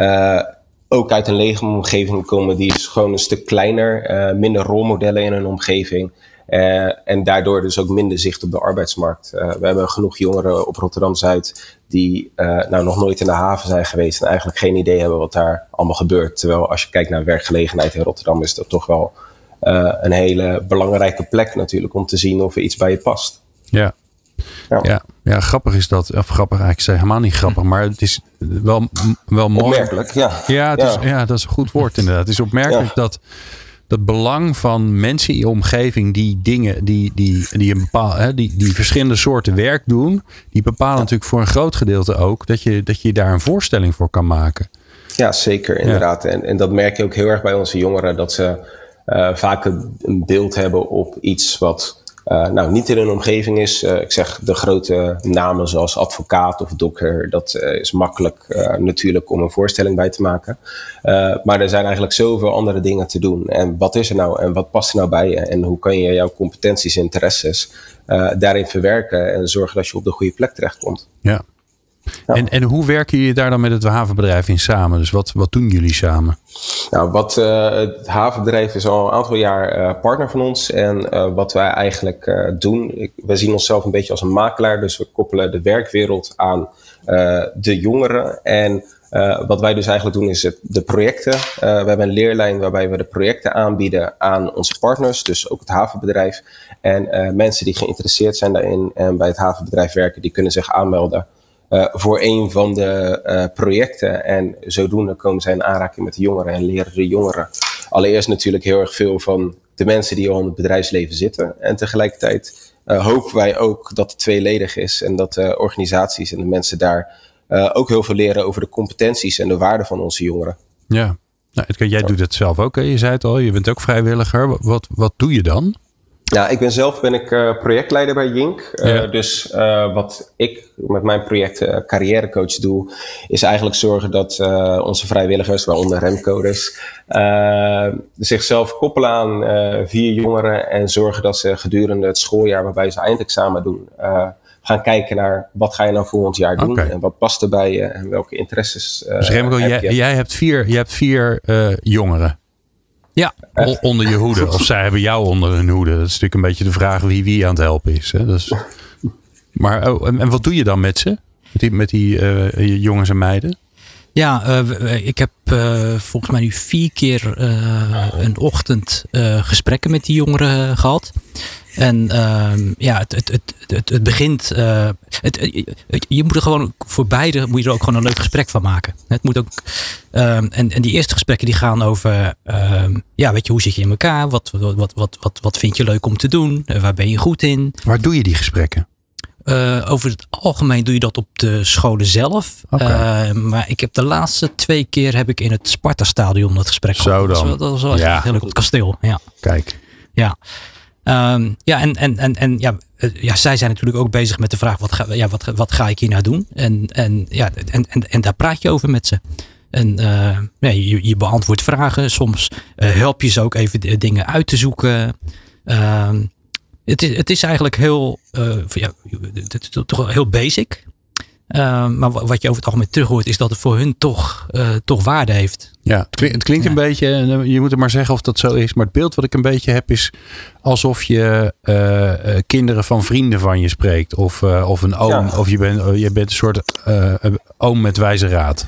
Ook uit een leefomgeving komen die is gewoon een stuk kleiner, minder rolmodellen in hun omgeving. En daardoor dus ook minder zicht op de arbeidsmarkt. We hebben genoeg jongeren op Rotterdam-Zuid die nog nooit in de haven zijn geweest en eigenlijk geen idee hebben wat daar allemaal gebeurt. Terwijl als je kijkt naar werkgelegenheid in Rotterdam is dat toch wel een hele belangrijke plek natuurlijk om te zien of er iets bij je past. Ja, grappig is dat. Of grappig, eigenlijk zei helemaal niet grappig, maar het is wel mooi. Opmerkelijk, ja. Ja, dat is een goed woord inderdaad. Het is opmerkelijk dat belang van mensen in je omgeving die dingen, die verschillende soorten werk doen, die bepalen natuurlijk voor een groot gedeelte ook dat je daar een voorstelling voor kan maken. Ja, zeker, inderdaad. Ja. En dat merk je ook heel erg bij onze jongeren, dat ze vaak een beeld hebben op iets wat niet in hun omgeving is. Ik zeg de grote namen zoals advocaat of dokter. Dat is makkelijk natuurlijk om een voorstelling bij te maken. Maar er zijn eigenlijk zoveel andere dingen te doen. En wat is er nou? En wat past er nou bij je? En hoe kan je jouw competenties en interesses daarin verwerken? En zorgen dat je op de goede plek terechtkomt. Ja. En hoe werken jullie daar dan met het havenbedrijf in samen? Dus wat doen jullie samen? Nou, het havenbedrijf is al een aantal jaar partner van ons. En wat wij eigenlijk doen, wij zien onszelf een beetje als een makelaar. Dus we koppelen de werkwereld aan de jongeren. En wat wij dus eigenlijk doen is de projecten. We hebben een leerlijn waarbij we de projecten aanbieden aan onze partners. Dus ook het havenbedrijf. En mensen die geïnteresseerd zijn daarin en bij het havenbedrijf werken, die kunnen zich aanmelden voor een van de projecten. En zodoende komen zij in aanraking met de jongeren en leren de jongeren allereerst natuurlijk heel erg veel van de mensen die al in het bedrijfsleven zitten. En tegelijkertijd hopen wij ook dat het tweeledig is en dat de organisaties en de mensen daar ook heel veel leren over de competenties en de waarden van onze jongeren. Ja, jij doet het zelf ook. Hè? Je zei het al, je bent ook vrijwilliger. Wat doe je dan? Ja, ik ben projectleider bij Jink. Dus wat ik met mijn project carrièrecoach doe, is eigenlijk zorgen dat onze vrijwilligers, waaronder Remcoders, zichzelf koppelen aan 4 jongeren en zorgen dat ze gedurende het schooljaar waarbij ze eindexamen doen, gaan kijken naar wat ga je nou volgend jaar doen en wat past erbij en welke interesses. Dus Remco, jij hebt vier jongeren. Ja. Onder je hoede. Of zij hebben jou onder hun hoede. Dat is natuurlijk een beetje de vraag wie aan het helpen is. Hè? Dus, maar en wat doe je dan met ze? Met die jongens en meiden? Ja, ik heb volgens mij nu 4 keer een ochtend gesprekken met die jongeren gehad. En het begint. Je moet er gewoon voor beide moet je er ook gewoon een leuk gesprek van maken. Het moet ook. En die eerste gesprekken die gaan over. Weet je, hoe zit je in elkaar? Wat vind je leuk om te doen? Waar ben je goed in? Waar doe je die gesprekken? Over het algemeen doe je dat op de scholen zelf. Maar ik heb de laatste 2 keer heb ik in het Sparta-stadion dat gesprek gehad. Dat was wel echt heel leuk op het kasteel. Ja. Kijk. Ja. Zij zijn natuurlijk ook bezig met de vraag: wat ga ik hier nou doen? En daar praat je over met ze. En je beantwoordt vragen. Soms help je ze ook even dingen uit te zoeken. Het is eigenlijk toch heel basic. Maar wat je over het algemeen terug hoort, is dat het voor hun toch waarde heeft. Ja, het klinkt een beetje, je moet het maar zeggen of dat zo is. Maar het beeld wat ik een beetje heb is alsof je kinderen van vrienden van je spreekt. Of een oom. Ja. Of je bent een soort oom met wijze raad.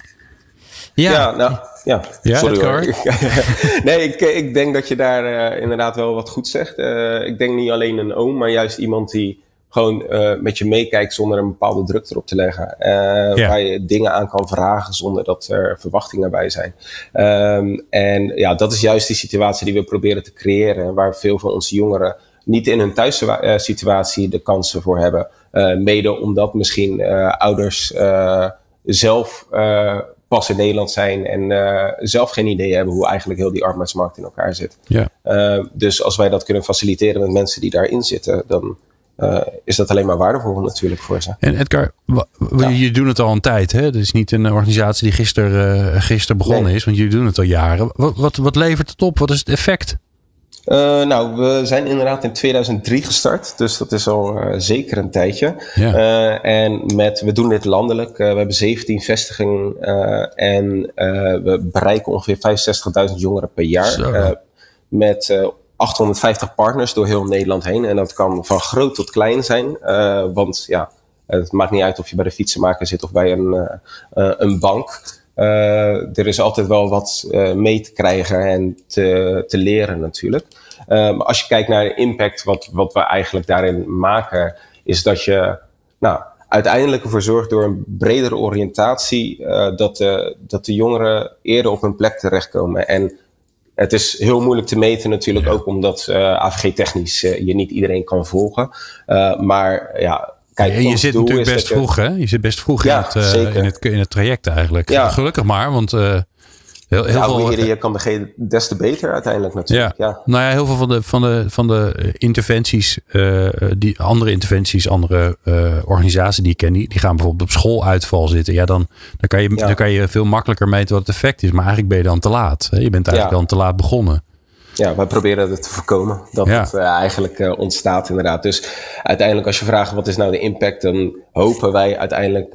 Ja, sorry hoor. Nee, ik denk dat je daar inderdaad wel wat goed zegt. Ik denk niet alleen een oom, maar juist iemand die gewoon met je meekijkt zonder een bepaalde druk erop te leggen. Waar je dingen aan kan vragen zonder dat er verwachtingen bij zijn. Dat is juist die situatie die we proberen te creëren. Waar veel van onze jongeren niet in hun thuissituatie de kansen voor hebben. Mede omdat misschien ouders zelf pas in Nederland zijn en zelf geen idee hebben hoe eigenlijk heel die arbeidsmarkt in elkaar zit. Ja. Dus als wij dat kunnen faciliteren met mensen die daarin zitten, dan is dat alleen maar waardevol natuurlijk voor ze. En Edgar, jullie doen het al een tijd, hè? Het is niet een organisatie die gisteren begonnen is, want jullie doen het al jaren. Wat levert het op? Wat is het effect? We zijn inderdaad in 2003 gestart, dus dat is al zeker een tijdje. Ja. We doen dit landelijk. We hebben 17 vestigingen en we bereiken ongeveer 65.000 jongeren per jaar. Met 850 partners door heel Nederland heen. En dat kan van groot tot klein zijn. Want het maakt niet uit of je bij de fietsenmaker zit of bij een bank. Er is altijd wel wat mee te krijgen en te leren natuurlijk. Maar als je kijkt naar de impact wat we eigenlijk daarin maken, is dat je uiteindelijk ervoor zorgt door een bredere oriëntatie dat de jongeren eerder op hun plek terechtkomen. En het is heel moeilijk te meten natuurlijk ook omdat AVG-technisch je niet iedereen kan volgen. Kijk, je zit natuurlijk best vroeg, hè? Je zit best vroeg in het traject eigenlijk. Ja. Gelukkig maar, want heel veel. Hoe eerder je kan beginnen, des te beter uiteindelijk natuurlijk. Ja. Nou ja, heel veel van de interventies, andere organisaties die ik ken, die gaan bijvoorbeeld op schooluitval zitten. Ja, dan kan je veel makkelijker meten wat het effect is. Maar eigenlijk ben je dan te laat. Hè? Je bent eigenlijk dan te laat begonnen. Ja, wij proberen het te voorkomen dat het eigenlijk ontstaat inderdaad. Dus uiteindelijk als je vraagt wat is nou de impact, dan hopen wij uiteindelijk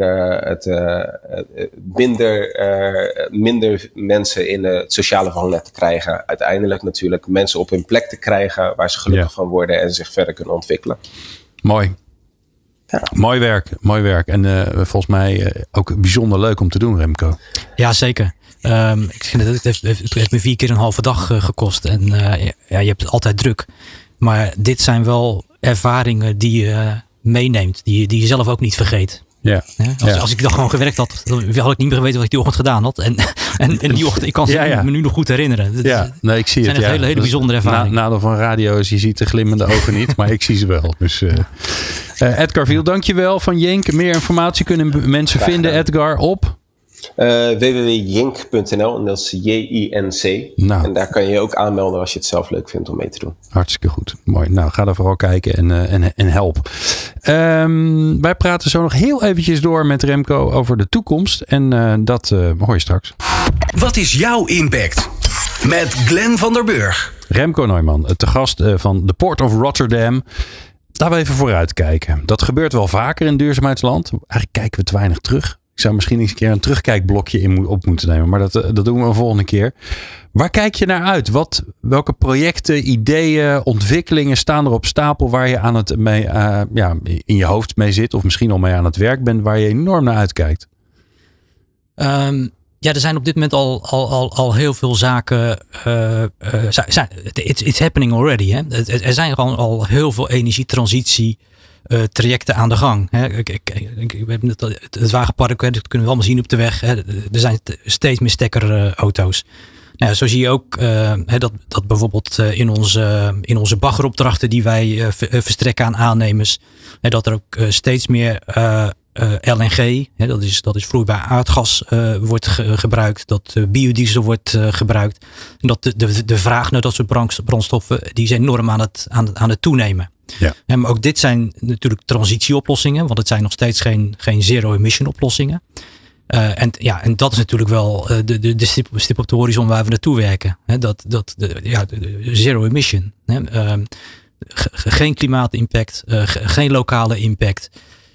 minder mensen in het sociale vangnet te krijgen. Uiteindelijk natuurlijk mensen op hun plek te krijgen waar ze gelukkig van worden en zich verder kunnen ontwikkelen. Mooi. Ja. Mooi werk. En volgens mij ook bijzonder leuk om te doen, Remco. Ja, zeker. Het heeft me 4 keer een halve dag gekost. En je hebt het altijd druk. Maar dit zijn wel ervaringen die je meeneemt. Die je zelf ook niet vergeet. Ja. Als ik dan gewoon gewerkt had, dan had ik niet meer geweten wat ik die ochtend gedaan had. En die ochtend, ik kan me nu nog goed herinneren. Ik zie het. Het zijn hele bijzondere ervaringen. Nadeel van radio is, je ziet de glimmende ogen niet. Maar ik zie ze wel. Dus Edgar Viel, dankjewel van Jink. Meer informatie kunnen mensen vinden, Edgar, op www.jink.nl en dat is J-I-N-C. En daar kan je je ook aanmelden als je het zelf leuk vindt om mee te doen. Hartstikke goed. Mooi. Nou, ga daar vooral kijken en help. Wij praten zo nog heel eventjes door met Remco over de toekomst. En dat hoor je straks. Wat is jouw impact? Met Glenn van der Burg. Remco Neumann, te gast van The Port of Rotterdam. Laten we even vooruit kijken. Dat gebeurt wel vaker in duurzaamheidsland. Eigenlijk kijken we te weinig terug. Ik zou misschien eens een keer een terugkijkblokje op moeten nemen. Maar dat doen we een volgende keer. Waar kijk je naar uit? Welke projecten, ideeën, ontwikkelingen staan er op stapel waar je aan het mee, in je hoofd mee zit? Of misschien al mee aan het werk bent waar je enorm naar uitkijkt? Er zijn op dit moment al heel veel zaken. It's happening already. Hè? Er zijn gewoon al heel veel energietransitie trajecten aan de gang. Hè? We hebben het wagenpark, dat kunnen we allemaal zien op de weg. Hè? Er zijn steeds meer stekkerauto's. Nou, zo zie je ook dat bijvoorbeeld in onze baggeropdrachten die wij verstrekken aan aannemers, dat er ook steeds meer LNG, dat is vloeibaar aardgas, wordt gebruikt. Dat biodiesel wordt gebruikt. En dat de vraag naar dat soort brandstoffen die is enorm aan het toenemen. Ja. Maar ook dit zijn natuurlijk transitieoplossingen, want het zijn nog steeds geen zero-emission oplossingen. En dat is natuurlijk wel de stip op de horizon waar we naartoe werken. De zero emission. Geen klimaatimpact, geen lokale impact.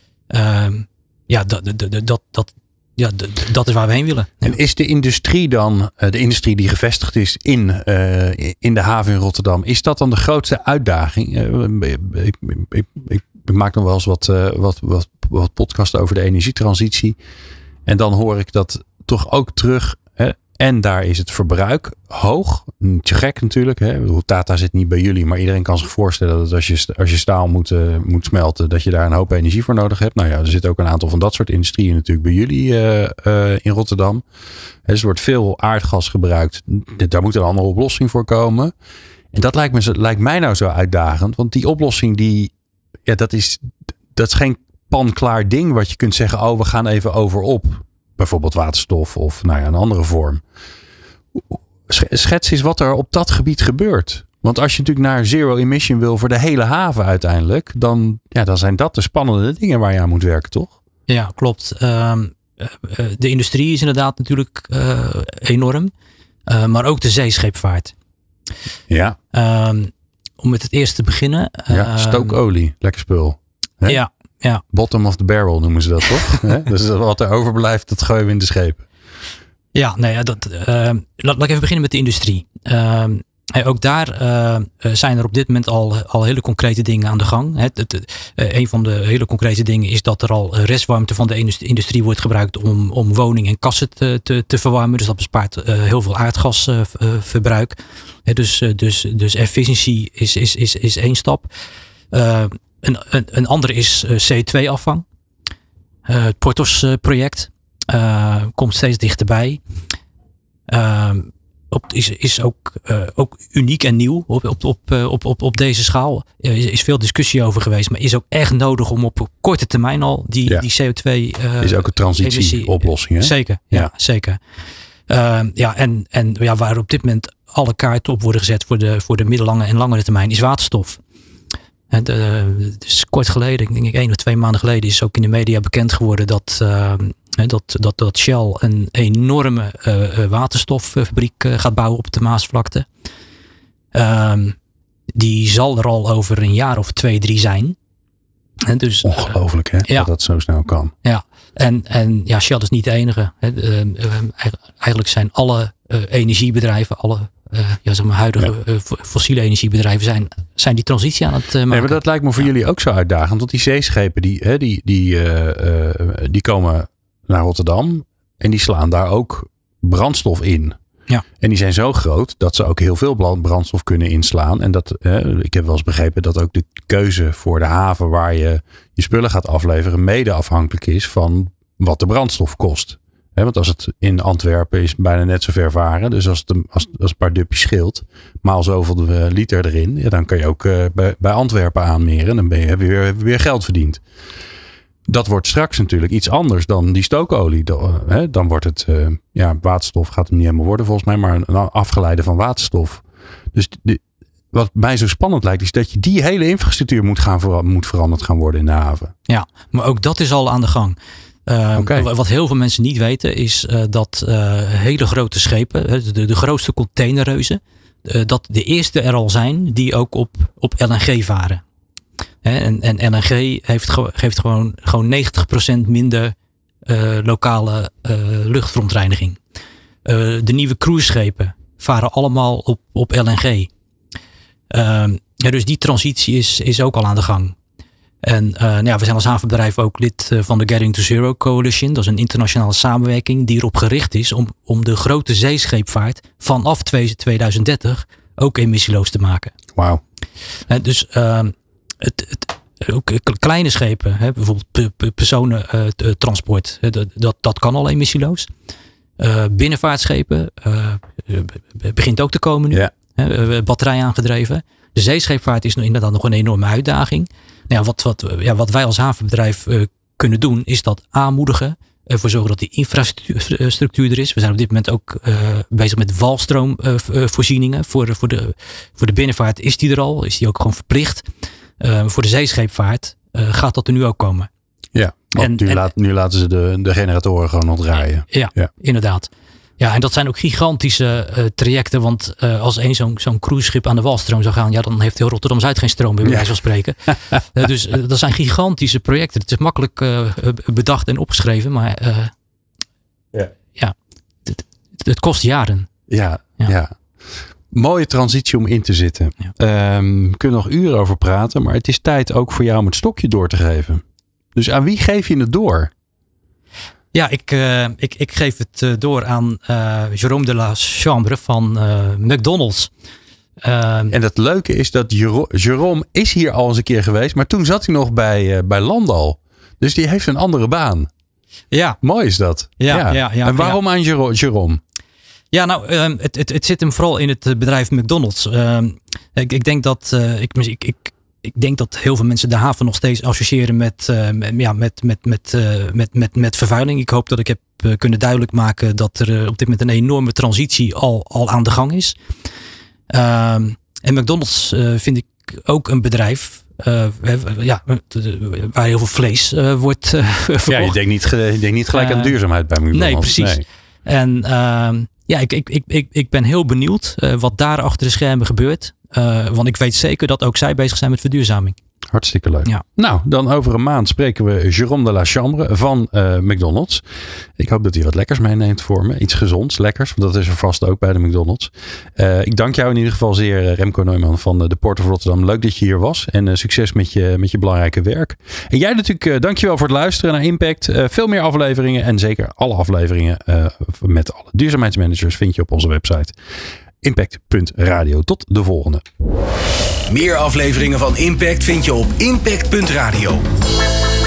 Dat is waar we heen willen. En is de industrie dan, de industrie die gevestigd is in de haven in Rotterdam, is dat dan de grootste uitdaging? Ik maak nog wel eens wat podcasts over de energietransitie. En dan hoor ik dat toch ook terug. Hè? En daar is het verbruik hoog. Niet te gek natuurlijk. Hè? Tata zit niet bij jullie. Maar iedereen kan zich voorstellen dat als je staal moet smelten. Dat je daar een hoop energie voor nodig hebt. Nou ja, er zitten ook een aantal van dat soort industrieën natuurlijk bij jullie in Rotterdam. Dus er wordt veel aardgas gebruikt. Daar moet een andere oplossing voor komen. En dat lijkt mij nou zo uitdagend. Want die oplossing dat is geen panklaar ding wat je kunt zeggen, we gaan even over op. Bijvoorbeeld waterstof of een andere vorm. Schets eens wat er op dat gebied gebeurt. Want als je natuurlijk naar zero emission wil voor de hele haven uiteindelijk, dan zijn dat de spannende dingen waar je aan moet werken, toch? Ja, klopt. De industrie is inderdaad natuurlijk enorm. Maar ook de zeescheepvaart. Ja. Om met het eerste te beginnen. Stookolie. Lekker spul. Hè? Ja. Bottom of the barrel noemen ze dat toch? Dus wat er overblijft, dat gooien we in de schepen. Ja, laat ik even beginnen met de industrie. Ook daar zijn er op dit moment al hele concrete dingen aan de gang. Een van de hele concrete dingen is dat er al restwarmte van de industrie wordt gebruikt om woningen en kassen te verwarmen. Dus dat bespaart heel veel aardgasverbruik. Dus efficiëntie is één stap. Een andere is CO2-afvang. Het Porthos-project komt steeds dichterbij. Is ook uniek en nieuw op deze schaal. Er is veel discussie over geweest, maar is ook echt nodig om op korte termijn al die CO2 is ook een transitieoplossing, hè? Zeker, ja zeker. Waar op dit moment alle kaarten op worden gezet voor de middellange en langere termijn is waterstof. Dus kort geleden, ik denk 1 of 2 maanden geleden, is ook in de media bekend geworden dat Shell een enorme waterstoffabriek gaat bouwen op de Maasvlakte. Die zal er al over een jaar of 2, 3 zijn. Dus, ongelooflijk dat dat zo snel kan. Ja, en Shell is niet de enige. Eigenlijk zijn alle energiebedrijven, huidige fossiele energiebedrijven zijn die transitie aan het maken. Nee, maar dat lijkt me voor jullie ook zo uitdagend. Want die zeeschepen die komen naar Rotterdam en die slaan daar ook brandstof in. Ja. En die zijn zo groot dat ze ook heel veel brandstof kunnen inslaan. En ik heb wel eens begrepen dat ook de keuze voor de haven waar je spullen gaat afleveren mede afhankelijk is van wat de brandstof kost. Want als het in Antwerpen is bijna net zo ver varen. Dus als een paar dupjes scheelt, maal zoveel liter erin. Dan kan je ook bij Antwerpen aanmeren. Dan heb je weer geld verdiend. Dat wordt straks natuurlijk iets anders dan die stookolie. Dan wordt het, waterstof gaat hem niet helemaal worden volgens mij. Maar een afgeleide van waterstof. Dus wat mij zo spannend lijkt is dat je die hele infrastructuur moet veranderd gaan worden in de haven. Ja, maar ook dat is al aan de gang. Wat heel veel mensen niet weten is dat hele grote schepen, de grootste containerreuzen, dat de eerste er al zijn die ook op LNG varen. En LNG geeft gewoon 90% minder lokale luchtverontreiniging. De nieuwe cruiseschepen varen allemaal op LNG. Dus die transitie is ook al aan de gang. En we zijn als havenbedrijf ook lid van de Getting to Zero Coalition. Dat is een internationale samenwerking die erop gericht is om de grote zeescheepvaart vanaf 2030 ook emissieloos te maken. Wauw. Dus ook kleine schepen, bijvoorbeeld personentransport, dat kan al emissieloos. Binnenvaartschepen begint ook te komen nu. Ja. Batterij aangedreven. De zeescheepvaart is inderdaad nog een enorme uitdaging. Nou ja, wat wij als havenbedrijf kunnen doen, is dat aanmoedigen. Ervoor zorgen dat die infrastructuur er is. We zijn op dit moment ook bezig met walstroomvoorzieningen. Voor de binnenvaart is die er al. Is die ook gewoon verplicht. Voor de zeescheepvaart gaat dat er nu ook komen. Ja, want nu laten ze de generatoren gewoon nog draaien. Ja, inderdaad. Ja, en dat zijn ook gigantische trajecten. Want als zo'n cruiseschip aan de walstroom zou gaan, ja, dan heeft heel Rotterdam-Zuid geen stroom meer, bij wijze van spreken. Dus dat zijn gigantische projecten. Het is makkelijk bedacht en opgeschreven, maar het kost jaren. Ja. Mooie transitie om in te zitten. Ja. We kunnen nog uren over praten, maar het is tijd ook voor jou om het stokje door te geven. Dus aan wie geef je het door? Ja, ik geef het door aan Jérôme de la Chambre van McDonald's. En het leuke is dat Jérôme is hier al eens een keer geweest, maar toen zat hij nog bij Landal. Dus die heeft een andere baan. Ja. Mooi is dat. Ja. En waarom aan Jérôme? Ja, nou, het zit hem vooral in het bedrijf McDonald's. Ik denk dat ik denk dat heel veel mensen de haven nog steeds associëren met vervuiling. Ik hoop dat ik heb kunnen duidelijk maken dat er op dit moment een enorme transitie al aan de gang is. En McDonald's vind ik ook een bedrijf waar heel veel vlees wordt verkocht. Ja, je denkt niet gelijk aan duurzaamheid bij McDonald's. Nee, precies. Nee. En ik ben heel benieuwd wat daar achter de schermen gebeurt. Want ik weet zeker dat ook zij bezig zijn met verduurzaming. Hartstikke leuk. Ja. Nou, dan over een maand spreken we Jérôme de la Chambre van McDonald's. Ik hoop dat hij wat lekkers meeneemt voor me. Iets gezonds, lekkers. Want dat is er vast ook bij de McDonald's. Ik dank jou in ieder geval zeer, Remco Neumann van de Port of Rotterdam. Leuk dat je hier was. En succes met je belangrijke werk. En jij natuurlijk, dankjewel voor het luisteren naar Impact. Veel meer afleveringen en zeker alle afleveringen met alle duurzaamheidsmanagers vind je op onze website. Impact.radio. Tot de volgende. Meer afleveringen van Impact vind je op impact.radio.